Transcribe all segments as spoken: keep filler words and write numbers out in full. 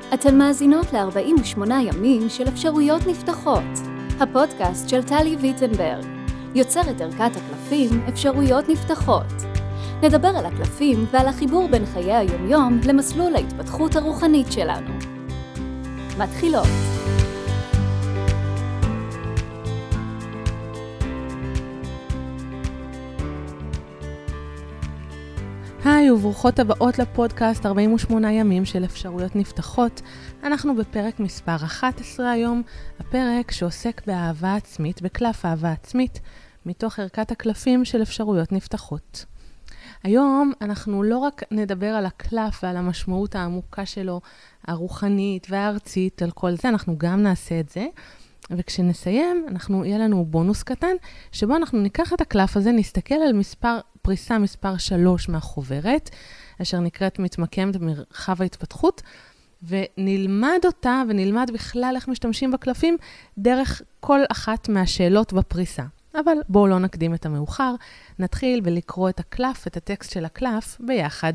אתן מאזינות ל-ארבעים ושמונה ימים של אפשרויות נפתחות, הפודקאסט של טלי ויטנברג, יוצרת ערכת הקלפים אפשרויות נפתחות. נדבר על הקלפים ועל החיבור בין חיי היומיום למסלול ההתפתחות הרוחנית שלנו. מתחילות. היי וברוכות הבאות לפודקאסט ארבעים ושמונה ימים של אפשרויות נפתחות. אנחנו בפרק מספר אחת עשרה היום, הפרק שעוסק באהבה עצמית, בקלף אהבה עצמית, מתוך ערכת הקלפים של אפשרויות נפתחות. היום אנחנו לא רק נדבר על הקלף ועל המשמעות העמוקה שלו, הרוחנית והארצית, על כל זה, אנחנו גם נעשה את זה. וכשנסיים, אנחנו, יהיה לנו בונוס קטן, שבו אנחנו ניקח את הקלף הזה, נסתכל על מספר, פריסה מספר שלוש מהחוברת, אשר נקראת מתמקמת במרחב ההתפתחות, ונלמד אותה, ונלמד בכלל איך משתמשים בקלפים, דרך כל אחת מהשאלות בפריסה. אבל בואו לא נקדים את המאוחר, נתחיל ולקרוא את הקלף, את הטקסט של הקלף, ביחד.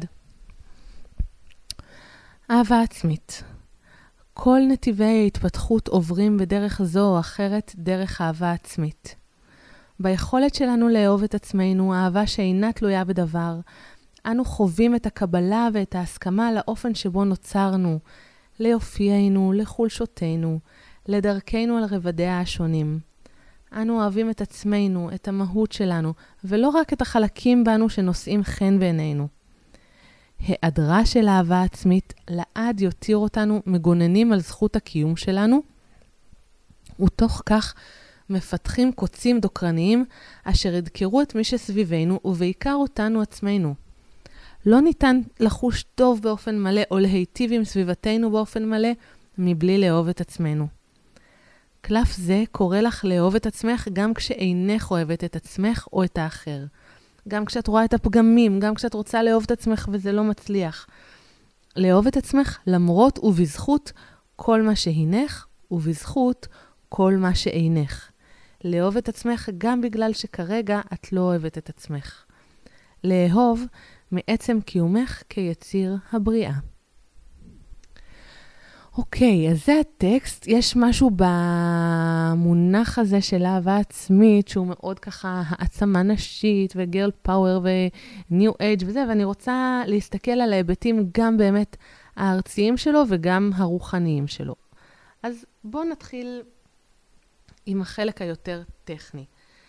אהבה עצמית. כל נתיבי ההתפתחות עוברים בדרך זו או אחרת דרך אהבה עצמית. ביכולת שלנו לאהוב את עצמנו, אהבה שאינה תלויה בדבר, אנו חווים את הקבלה ואת ההסכמה לאופן שבו נוצרנו, ליופיינו, לחולשותינו, לדרכנו על רבדיה השונים. אנו אוהבים את עצמנו, את המהות שלנו, ולא רק את החלקים בנו שנושאים חן בעינינו. היעדרה של אהבה עצמית לעד יותיר אותנו מגוננים על זכות הקיום שלנו, ותוך כך מפתחים קוצים דוקרניים אשר ידקרו את מי שסביבנו ובעיקר אותנו עצמנו. לא ניתן לחוש טוב באופן מלא או להיטיב עם סביבתנו באופן מלא מבלי לאהוב את עצמנו. קלף זה קורא לך לאהוב את עצמך גם כשאינך אוהבת את עצמך או את האחר. גם כשאת רואה את הפגמים, גם כשאת רוצה לאהוב את עצמך וזה לא מצליח. לאהוב את עצמך למרות ובזכות כל מה שהינך ובזכות כל מה שאינך. לאהוב את עצמך גם בגלל שכרגע את לא אוהבת את עצמך. לאהוב מעצם קיומך כיציר הבריאה. אוקיי, אז זה הטקסט. יש משהו במונח הזה של אהבה עצמית, שהוא מאוד ככה העצמה נשית וגרל פאוור וניו אייג' וזה, ואני רוצה להסתכל על ההיבטים גם באמת הארציים שלו וגם הרוחניים שלו. אז בואו נתחיל עם החלק היותר טכני.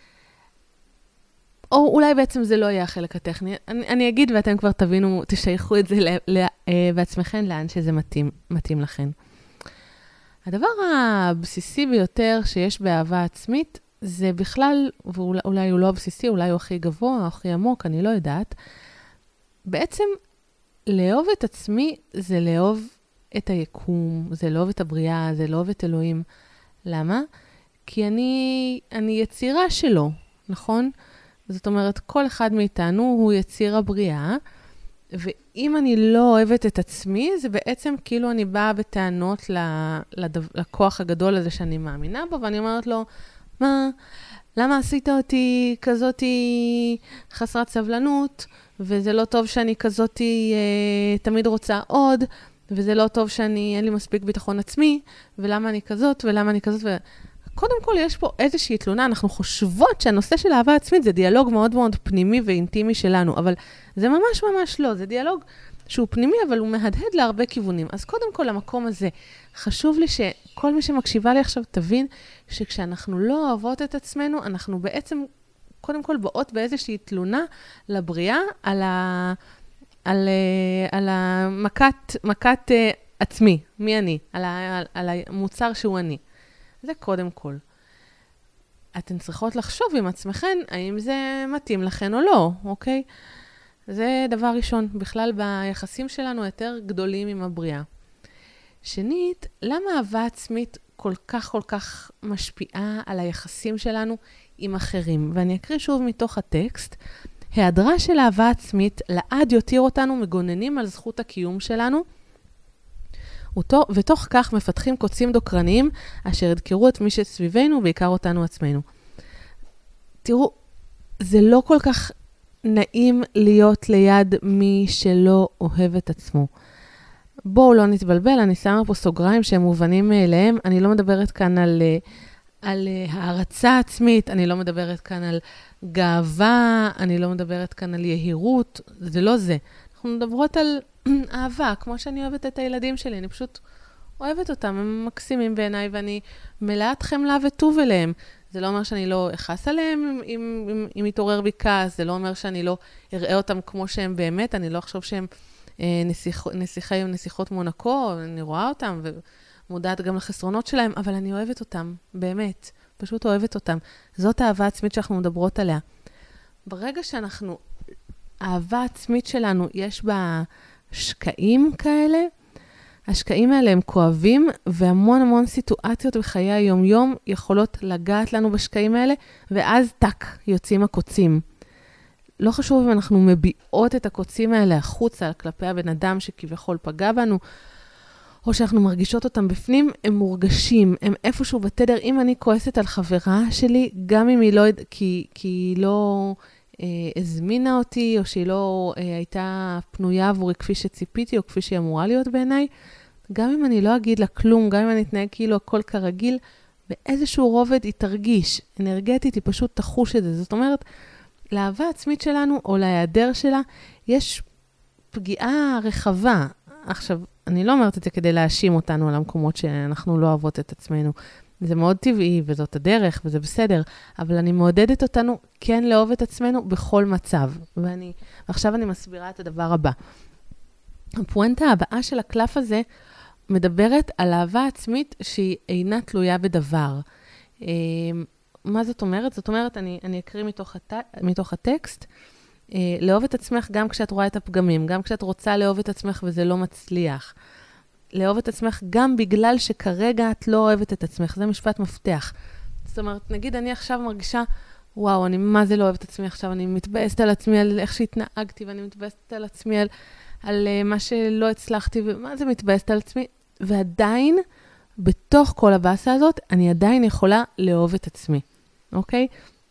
או אולי בעצם זה לא יהיה החלק הטכני. אני, אני אגיד ואתם כבר תבינו, תשייכו את זה ל, ל, בעצמכם לאן שזה מתאים, מתאים לכם. הדבר הבסיסי ביותר שיש באהבה עצמית, זה בכלל, ואולי הוא לא הבסיסי, אולי הוא הכי גבוה, או הכי עמוק, אני לא יודעת. בעצם לאהוב את עצמי זה לאהוב את היקום, זה לאהוב את הבריאה, זה לאהוב את אלוהים. למה? כי אני, אני יצירה שלו, נכון? זאת אומרת, כל אחד מאיתנו הוא יציר הבריאה, ואם אני לא אוהבת את עצמי, זה בעצם כאילו אני באה בטענות לדו, לכוח הגדול הזה שאני מאמינה בו, ואני אומרת לו, מה, למה עשית אותי כזאתי חסרת סבלנות, וזה לא טוב שאני כזאתי אה, תמיד רוצה עוד, וזה לא טוב שאני, אין לי מספיק ביטחון עצמי, ולמה אני כזאת, ולמה אני כזאת, ו... קודם כל, יש פה איזושהי תלונה, אנחנו חושבות שהנושא של אהבה עצמית זה דיאלוג מאוד מאוד פנימי ואינטימי שלנו, אבל זה ממש ממש לא, זה דיאלוג שהוא פנימי, אבל הוא מהדהד להרבה כיוונים. אז קודם כל, למקום הזה, חשוב לי שכל מי שמקשיבה לי עכשיו תבין, שכשאנחנו לא אוהבות את עצמנו, אנחנו בעצם, קודם כל, באות באיזושהי תלונה לבריאה, על ה... על, על המכת, מכת עצמי, מי אני, על, ה, על המוצר שהוא אני. זה קודם כל. אתן צריכות לחשוב עם עצמכן, האם זה מתאים לכן או לא, אוקיי? זה דבר ראשון, בכלל ביחסים שלנו יותר גדולים עם הבריאה. שנית, למה אהבה עצמית כל כך כל כך משפיעה על היחסים שלנו עם אחרים? ואני אקריא שוב מתוך הטקסט, היעדרה של אהבה עצמית לעד יותיר אותנו מגוננים על זכות הקיום שלנו, ותוך כך מפתחים קוצים דוקרניים אשר ידקרו את מי שסביבנו, בעיקר אותנו עצמנו. תראו, זה לא כל כך נעים להיות ליד מי שלא אוהב את עצמו. בואו לא נתבלבל, אני שמה פה סוגריים שהם מובנים מאליהם, אני לא מדברת כאן על, על הערצה עצמית, אני לא מדברת כאן על גאווה, אני לא מדברת כאן על יהירות, זה לא זה. אנחנו מדברות על אהבה, כמו שאני אוהבת את הילדים שלי, אני פשוט אוהבת אותם, הם מקסימים בעיניי, ואני מלאת חמלה וטוב אליהם. זה לא אומר שאני לא אכעס עליהם אם, אם, אם יתעורר בי כעס, זה לא אומר שאני לא אראה אותם כמו שהם באמת, אני לא אחשוב שהם אה, נסיכ, נסיכי ונסיכות מונקו, אני רואה אותם ומודעת גם לחסרונות שלהם, אבל אני אוהבת אותם, באמת, פשוט אוהבת אותם. זאת האהבה עצמית שאנחנו מדברות עליה. ברגע שאנחנו, האהבה עצמית שלנו, יש בה שקעים כאלה, השקעים האלה הם כואבים, והמון המון סיטואציות בחיי היום-יום יכולות לגעת לנו בשקעים האלה, ואז טק, יוצאים הקוצים. לא חשוב אם אנחנו מביעות את הקוצים האלה החוצה, כלפי הבן אדם שכביכול פגע בנו, או שאנחנו מרגישות אותם בפנים, הם מורגשים, הם איפשהו בתדר. אם אני כועסת על חברה שלי, גם אם היא לא, כי, כי היא לא אה, הזמינה אותי, או שהיא לא אה, הייתה פנויה עבורי כפי שציפיתי, או כפי שהיא אמורה להיות בעיניי, גם אם אני לא אגיד לה כלום, גם אם אני אתנהג כאילו הכל כרגיל, באיזשהו רובד היא תרגיש, אנרגטית, היא פשוט תחוש את זה. זאת אומרת, לאהבה עצמית שלנו, או להיעדר שלה, יש פגיעה רחבה. עכשיו, אני לא אומרת את זה כדי להאשים אותנו על המקומות שאנחנו לא אוהבות את עצמנו. זה מאוד טבעי, וזאת הדרך, וזה בסדר, אבל אני מעודדת אותנו כן לאהוב את עצמנו בכל מצב. ואני, ועכשיו אני מסבירה את הדבר הבא. הפואנטה הבאה של הקלף הזה מדברת על אהבה עצמית שהיא אינה תלויה בדבר. מה זאת אומרת? זאת אומרת, אני, אני אקריא מתוך, הת... מתוך הטקסט, לאהוב את עצמך גם כשאת רואה את הפגמים, גם כשאת רוצה לאהוב את עצמך וזה לא מצליח. לאהוב את עצמך גם בגלל שכרגע את לא אוהבת את עצמך. זה משפט מפתח. זאת אומרת, נגיד אני עכשיו מרגישה, וואו, אני מה זה לא אוהבת את עצמי עכשיו, אני מתבאסת על עצמי על איך שהתנהגתי, ואני מתבאסת על עצמי על, על uh, מה שלא הצלחתי, ומה זה מתבאסת על עצמי, ועדיין, בתוך כל הבאסה הזאת, אני עדיין יכולה לאהוב את עצמי, אוקיי?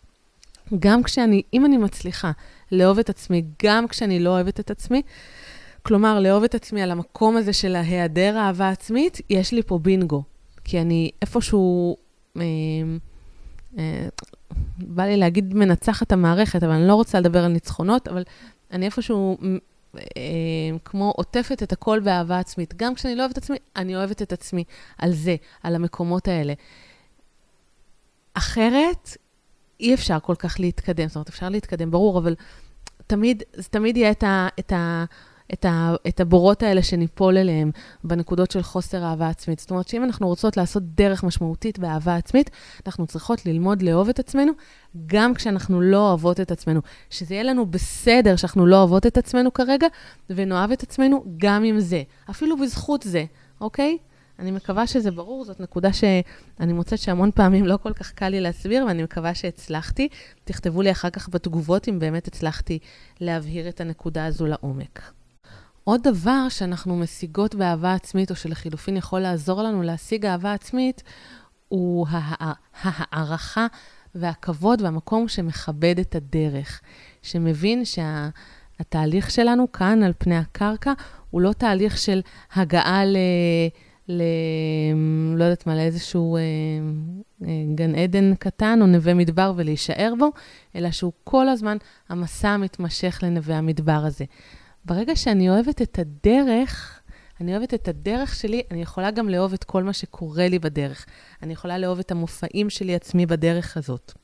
גם כשאני, אם אני מצליחה לאהוב את עצמי, גם כשאני לא אוהבת את עצמי, כלומר, לאהוב את עצמי על המקום הזה של ההיעדר האהבה עצמית, יש לי פה בינגו. כי אני איפשהו, אה, אה, בא לי להגיד מנצחת המערכת, אבל אני לא רוצה לדבר על ניצחונות, אבל אני איפשהו אה, כמו עוטפת את הכל באהבה עצמית. גם כשאני לא אוהבת את עצמי, אני אוהבת את עצמי על זה, על המקומות האלה. אחרת, אי אפשר כל כך להתקדם. זאת אומרת, אפשר להתקדם, ברור, אבל תמיד, זה תמיד יהיה את ה... את ה את, ה, את הבורות האלה שניפול אליהם בנקודות של חוסר אהבה עצמית. זאת אומרת שאם אנחנו רוצות לעשות דרך משמעותית באהבה עצמית, אנחנו צריכות ללמוד לאהוב את עצמנו, גם כשאנחנו לא אוהבות את עצמנו. שזה יהיה לנו בסדר שאנחנו לא אוהבות את עצמנו כרגע, ונאהב את עצמנו גם עם זה. אפילו בזכות זה, אוקיי? אני מקווה שזה ברור, זאת נקודה שאני מוצאת שהמון פעמים לא כל כך קל לי להסביר, ואני מקווה שהצלחתי. תכתבו לי אחר כך בתגובות אם באמת הצלחתי להבהיר את הנקודה הזו לעומק. עוד דבר שאנחנו משיגות באהבה עצמית, או שלחילופין יכול לעזור לנו להשיג אהבה עצמית, הוא הערכה והכבוד והמקום שמכבד את הדרך. שמבין שהתהליך שלנו כאן על פני הקרקע, הוא לא תהליך של הגעה ל... ל... לא יודעת מה, לאיזשהו גן עדן קטן או נווה מדבר ולהישאר בו, אלא שהוא כל הזמן המסע המתמשך לנווה המדבר הזה. ברגע שאני אוהבת את הדרך, אני אוהבת את הדרך שלי, אני יכולה גם לאהוב את כל מה שקורה לי בדרך. אני יכולה לאהוב את המופעים שלי עצמי בדרך הזאת.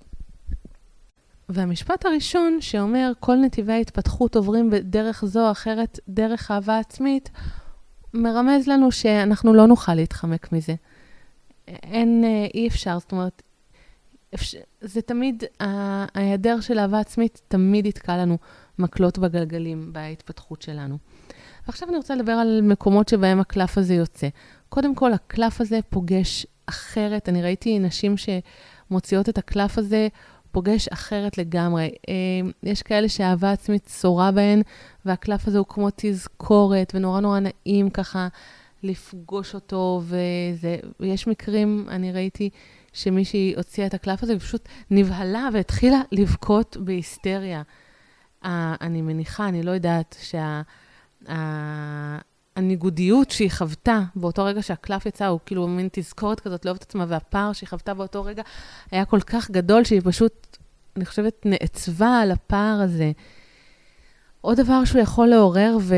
והמשפט הראשון שאומר, כל נתיבי ההתפתחות עוברים בדרך זו או אחרת, דרך אהבה עצמית, מרמז לנו שאנחנו לא נוכל להתחמק מזה. אין, אי אפשר, זאת אומרת, זה תמיד, ההיעדר של אהבה עצמית תמיד יתקע לנו מקלות בגלגלים בהתפתחות שלנו. ועכשיו אני רוצה לדבר על מקומות שבהם הקלף הזה יוצא. קודם כל, הקלף הזה פוגש אחרת. אני ראיתי נשים שמוציאות את הקלף הזה, פוגש אחרת לגמרי. יש כאלה שהאהבה עצמית צורה בהן, והקלף הזה הוא כמו תזכורת, ונורא נורא נעים ככה לפגוש אותו, וזה, ויש מקרים, אני ראיתי, שמישהי הוציאה את הקלף הזה, ופשוט נבהלה והתחילה לבכות בהיסטריה. אני מניחה, אני לא יודעת, הניגודיות שהיא חוותה באותו רגע שהקלף יצא, הוא כאילו מין תזכורת כזאת לאהוב את עצמה, והפער שהיא חוותה באותו רגע היה כל כך גדול, שהיא פשוט, אני חושבת, נעצבה על הפער הזה. עוד דבר שהוא יכול לעורר, ו...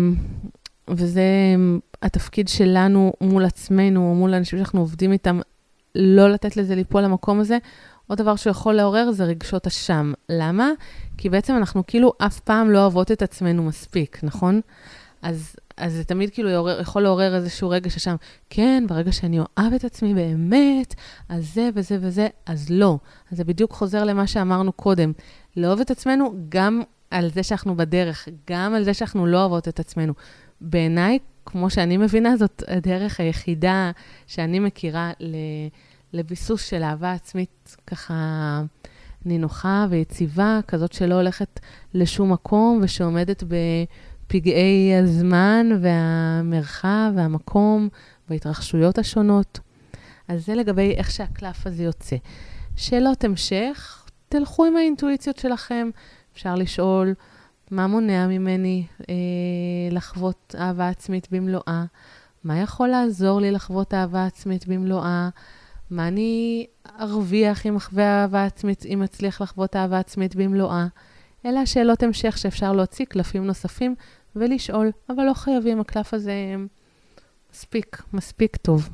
וזה התפקיד שלנו מול עצמנו, מול האנשים שאנחנו עובדים איתם, לא לתת לזה ליפול למקום הזה. עוד דבר שהוא יכול לעורר זה רגשות אשם. למה? כי בעצם אנחנו כאילו אף פעם לא אוהבות את עצמנו מספיק, נכון? אז, אז זה תמיד כאילו יעורר, יכול לעורר איזשהו רגש אשם. כן, ברגע שאני אוהב את עצמי באמת, אז זה וזה וזה, אז לא. אז זה בדיוק חוזר למה שאמרנו קודם. לאהוב את עצמנו גם על זה שאנחנו בדרך, גם על זה שאנחנו לא אוהבות את עצמנו. בעיניי, כמו שאני מבינה, זאת הדרך היחידה שאני מכירה לביסוס של אהבה עצמית ככה נינוחה ויציבה, כזאת שלא הולכת לשום מקום ושעומדת בפגעי הזמן והמרחב והמקום וההתרחשויות השונות. אז זה לגבי איך שהקלף הזה יוצא. שאלות המשך, תלכו עם האינטואיציות שלכם. אפשר לשאול מה מונע ממני אה, לחוות אהבה עצמית במלואה, מה יכול לעזור לי לחוות אהבה עצמית במלואה, מה אני ארוויח אם אחווה אהבה עצמית, אם אצליח לחוות אהבה עצמית במלואה. אלה השאלות המשך שאפשר להוציא קלפים נוספים ולשאול, אבל לא חייבים, הקלף הזה מספיק, מספיק טוב.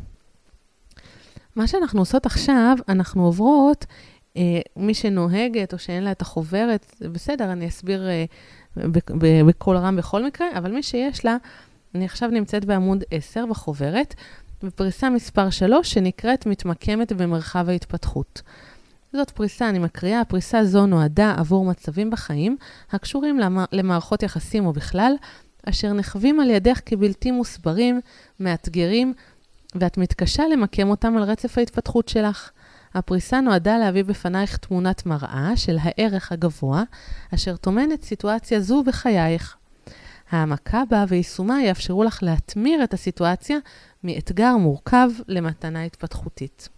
מה שאנחנו עושות עכשיו, אנחנו עוברות, אה, מי שנוהגת או שאין לה את החוברת, בסדר, אני אסביר אה, בכל רם בכל מקרה, אבל מי שיש לה, אני עכשיו נמצאת בעמוד עשר בחוברת, בפריסה מספר שלוש, שנקראת מתמקמת במרחב ההתפתחות. זאת פריסה, אני מקריאה, הפריסה זו נועדה עבור מצבים בחיים, הקשורים למערכות יחסים או בכלל, אשר נחווים על ידך כבלתי מוסברים, מאתגרים, ואת מתקשה למקם אותם על רצף ההתפתחות שלך. הפריסה נועדה להביא בפנייך תמונת מראה של הערך הגבוה, אשר תומנת סיטואציה זו בחייך. העמקה בה ויישומה יאפשרו לך להתמיר את הסיטואציה מאתגר מורכב למתנה התפתחותית.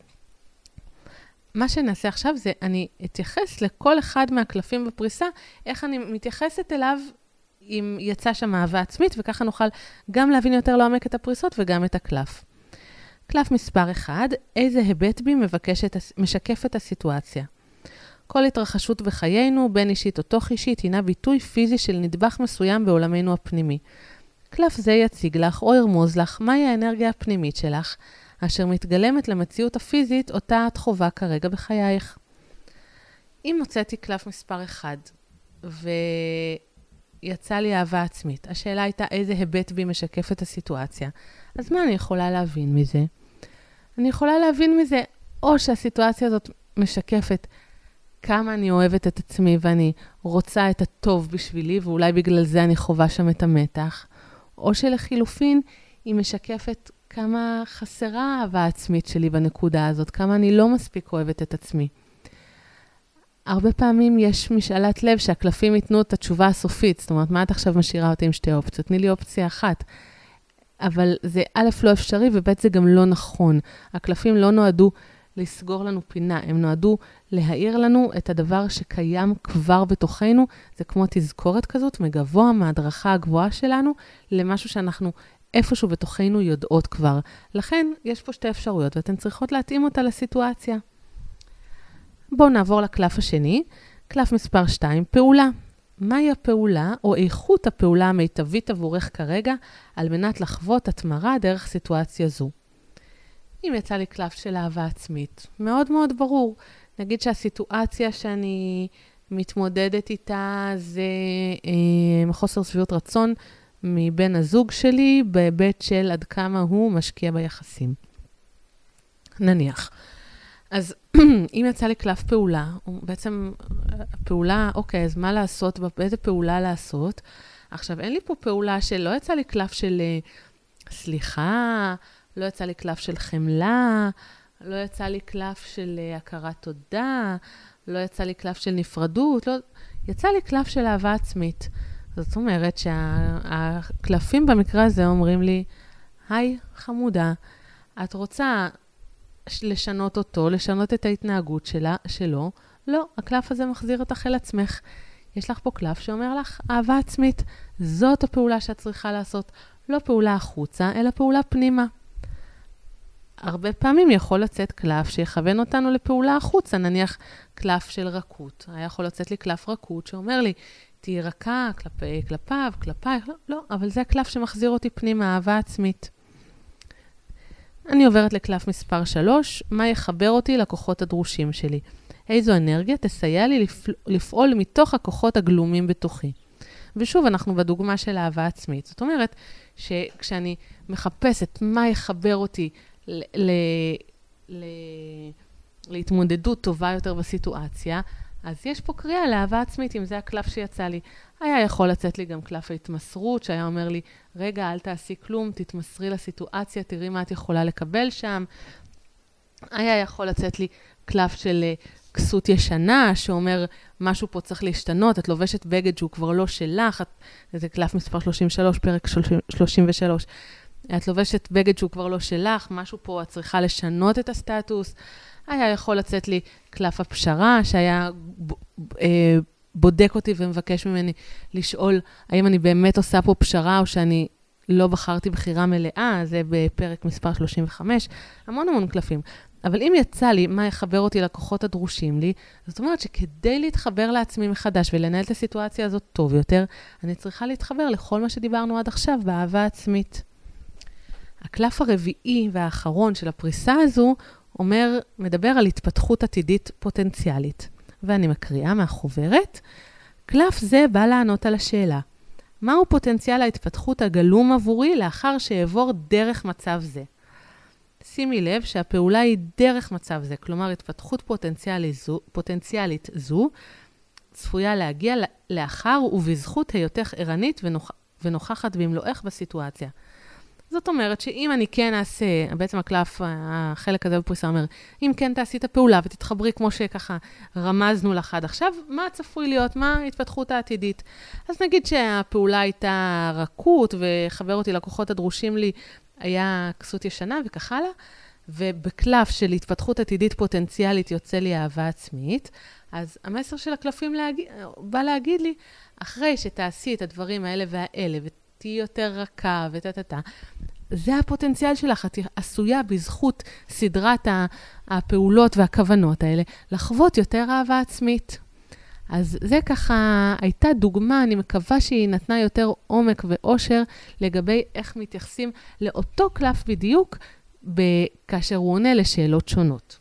מה שנעשה עכשיו זה, אני אתייחס לכל אחד מהקלפים בפריסה, איך אני מתייחסת אליו אם יצא שם אהבה עצמית, וככה נוכל גם להבין יותר לעומק את הפריסות וגם את הקלף. קלף מספר אחד, איזה היבט בי מבקשת, משקף את הסיטואציה. כל התרחשות בחיינו, בין אישית או תוך אישית, הינה ביטוי פיזי של נדבך מסוים בעולמנו הפנימי. קלף זה יציג לך או ירמוז לך מהי האנרגיה הפנימית שלך, אשר מתגלמת למציאות הפיזית אותה את חובה כרגע בחייך. אם מוצאתי קלף מספר אחד, ויצא לי אהבה עצמית, השאלה הייתה איזה היבט בי משקף את הסיטואציה. אז מה אני יכולה להבין מזה? אני יכולה להבין מזה, או שהסיטואציה הזאת משקפת כמה אני אוהבת את עצמי, ואני רוצה את הטוב בשבילי, ואולי בגלל זה אני חובה שם את המתח, או שלחילופין היא משקפת כמה חסרה האהבה העצמית שלי בנקודה הזאת, כמה אני לא מספיק אוהבת את עצמי. הרבה פעמים יש משאלת לב שהקלפים ייתנו את התשובה הסופית, זאת אומרת, מה את עכשיו משאירה אותי עם שתי אופציות? תני לי אופציה אחת. אבל זה א' לא אפשרי, וב' זה גם לא נכון. הקלפים לא נועדו לסגור לנו פינה, הם נועדו להאיר לנו את הדבר שקיים כבר בתוכנו, זה כמו תזכורת כזאת, מגבוה מההדרכה הגבוהה שלנו, למשהו שאנחנו איפשהו בתוכנו יודעות כבר. לכן יש פה שתי אפשרויות, ואתן צריכות להתאים אותה לסיטואציה. בואו נעבור לקלף השני, קלף מספר שתיים, פעולה. מהי הפעולה או איכות הפעולה המיטבית עבורך כרגע, על מנת לחוות התמרה דרך סיטואציה זו? אם יצא לי קלף של אהבה עצמית, מאוד מאוד ברור. נגיד שהסיטואציה שאני מתמודדת איתה זה אה, חוסר שביעות רצון מבן הזוג שלי, בהיבט של עד כמה הוא משקיע ביחסים. נניח. אז אם יצא לי קלף פעולה, בעצם פעולה, אוקיי, אז מה לעשות, באיזה פעולה לעשות? עכשיו, אין לי פה פעולה שלא יצא לי קלף של סליחה, לא יצא לי קלף של חמלה, לא יצא לי קלף של הכרת תודה, לא יצא לי קלף של נפרדות, לא, יצא לי קלף של אהבה עצמית. זאת אומרת שהקלפים במקרה הזה אומרים לי, היי חמודה, את רוצה לשנות אותו, לשנות את ההתנהגות שלה, שלו? לא, הקלף הזה מחזיר אותך אל עצמך. יש לך פה קלף שאומר לך, אהבה עצמית, זאת הפעולה שאת צריכה לעשות. לא פעולה החוצה, אלא פעולה פנימה. הרבה פעמים יכול לצאת קלף שיכוון אותנו לפעולה החוצה, נניח קלף של רכות. היה יכול לצאת לי קלף רכות שאומר לי, תהי רכה כלפי, כלפיו, כלפייך, לא, לא, אבל זה הקלף שמחזיר אותי פנימה, אהבה עצמית. אני עוברת לקלף מספר שלוש, מה יחבר אותי לכוחות הדרושים שלי? איזו אנרגיה תסייע לי לפעול מתוך הכוחות הגלומים בתוכי. ושוב, אנחנו בדוגמה של אהבה עצמית. זאת אומרת, שכשאני מחפשת מה יחבר אותי ל- ל- ל- להתמודדות טובה יותר בסיטואציה, אז יש פה קריאה לאהבה עצמית, אם זה הקלף שיצא לי. היה יכול לצאת לי גם קלף ההתמסרות, שהיה אומר לי, רגע, אל תעשי כלום, תתמסרי לסיטואציה, תראי מה את יכולה לקבל שם. היה יכול לצאת לי קלף של כסות ישנה, שאומר, משהו פה צריך להשתנות, את לובשת בגד שהוא כבר לא שלך, את, זה קלף מספר שלושים ושלוש, פרק שלושים ושלוש, את לובשת בגד שהוא כבר לא שלך, משהו פה את צריכה לשנות את הסטטוס. היה יכול לצאת לי קלף הפשרה, שהיה אה, בודק אותי ומבקש ממני לשאול, האם אני באמת עושה פה פשרה, או שאני לא בחרתי בחירה מלאה, זה בפרק מספר שלושים וחמש, המון המון קלפים. אבל אם יצא לי מה יחבר אותי לכוחות הדרושים לי, זאת אומרת שכדי להתחבר לעצמי מחדש ולנהל את הסיטואציה הזאת טוב יותר, אני צריכה להתחבר לכל מה שדיברנו עד עכשיו באהבה עצמית. הקלף הרביעי והאחרון של הפריסה הזו, אומר, מדבר על התפתחות עתידית פוטנציאלית. ואני מקריאה מהחוברת. קלף זה בא לענות על השאלה, מהו פוטנציאל ההתפתחות הגלום עבורי לאחר שיעבור דרך מצב זה? שימי לב שהפעולה היא דרך מצב זה, כלומר התפתחות פוטנציאלית זו, פוטנציאלית זו צפויה להגיע לאחר ובזכות היותך ערנית ונוכ... ונוכחת במלואך בסיטואציה. זאת אומרת שאם אני כן אעשה, בעצם הקלף, החלק הזה בפריסה אומר, אם כן תעשי את הפעולה ותתחברי כמו שככה רמזנו לך עד עכשיו, מה צפוי להיות? מה ההתפתחות העתידית? אז נגיד שהפעולה הייתה רכות וחבר אותי לקוחות הדרושים לי, היה כסות ישנה וכך הלאה, ובקלף של התפתחות עתידית פוטנציאלית יוצא לי אהבה עצמית, אז המסר של הקלפים להגיד, בא להגיד לי, אחרי שתעשי את הדברים האלה והאלה, ותהי יותר רכה ותתתה, זה הפוטנציאל שלך, את עשויה בזכות סדרת הפעולות והכוונות האלה, לחוות יותר אהבה עצמית. אז זה ככה, הייתה דוגמה, אני מקווה שהיא נתנה יותר עומק ואושר לגבי איך מתייחסים לאותו קלף בדיוק, כאשר הוא עונה לשאלות שונות.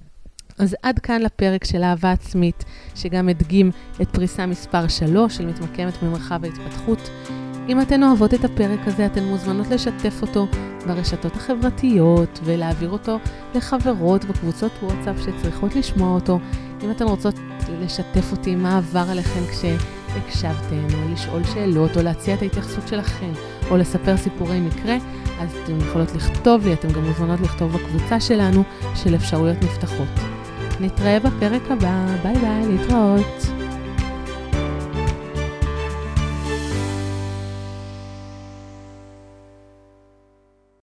אז עד כאן לפרק של אהבה עצמית, שגם הדגים את פריסה מספר שלוש של מתמקמת ממרחב ההתפתחות. אם אתן אוהבות את הפרק הזה, אתן מוזמנות לשתף אותו ברשתות החברתיות, ולהעביר אותו לחברות בקבוצות וואטסאפ שצריכות לשמוע אותו. אם אתן רוצות לשתף אותי מה עבר עליכם כשהקשבתן, או לשאול שאלות, או להציע את ההתייחסות שלכם, או לספר סיפורי מקרה, אז אתן יכולות לכתוב לי, אתן גם מוזמנות לכתוב בקבוצה שלנו של אפשרויות נפתחות. נתראה בפרק הבא, ביי ביי, להתראות.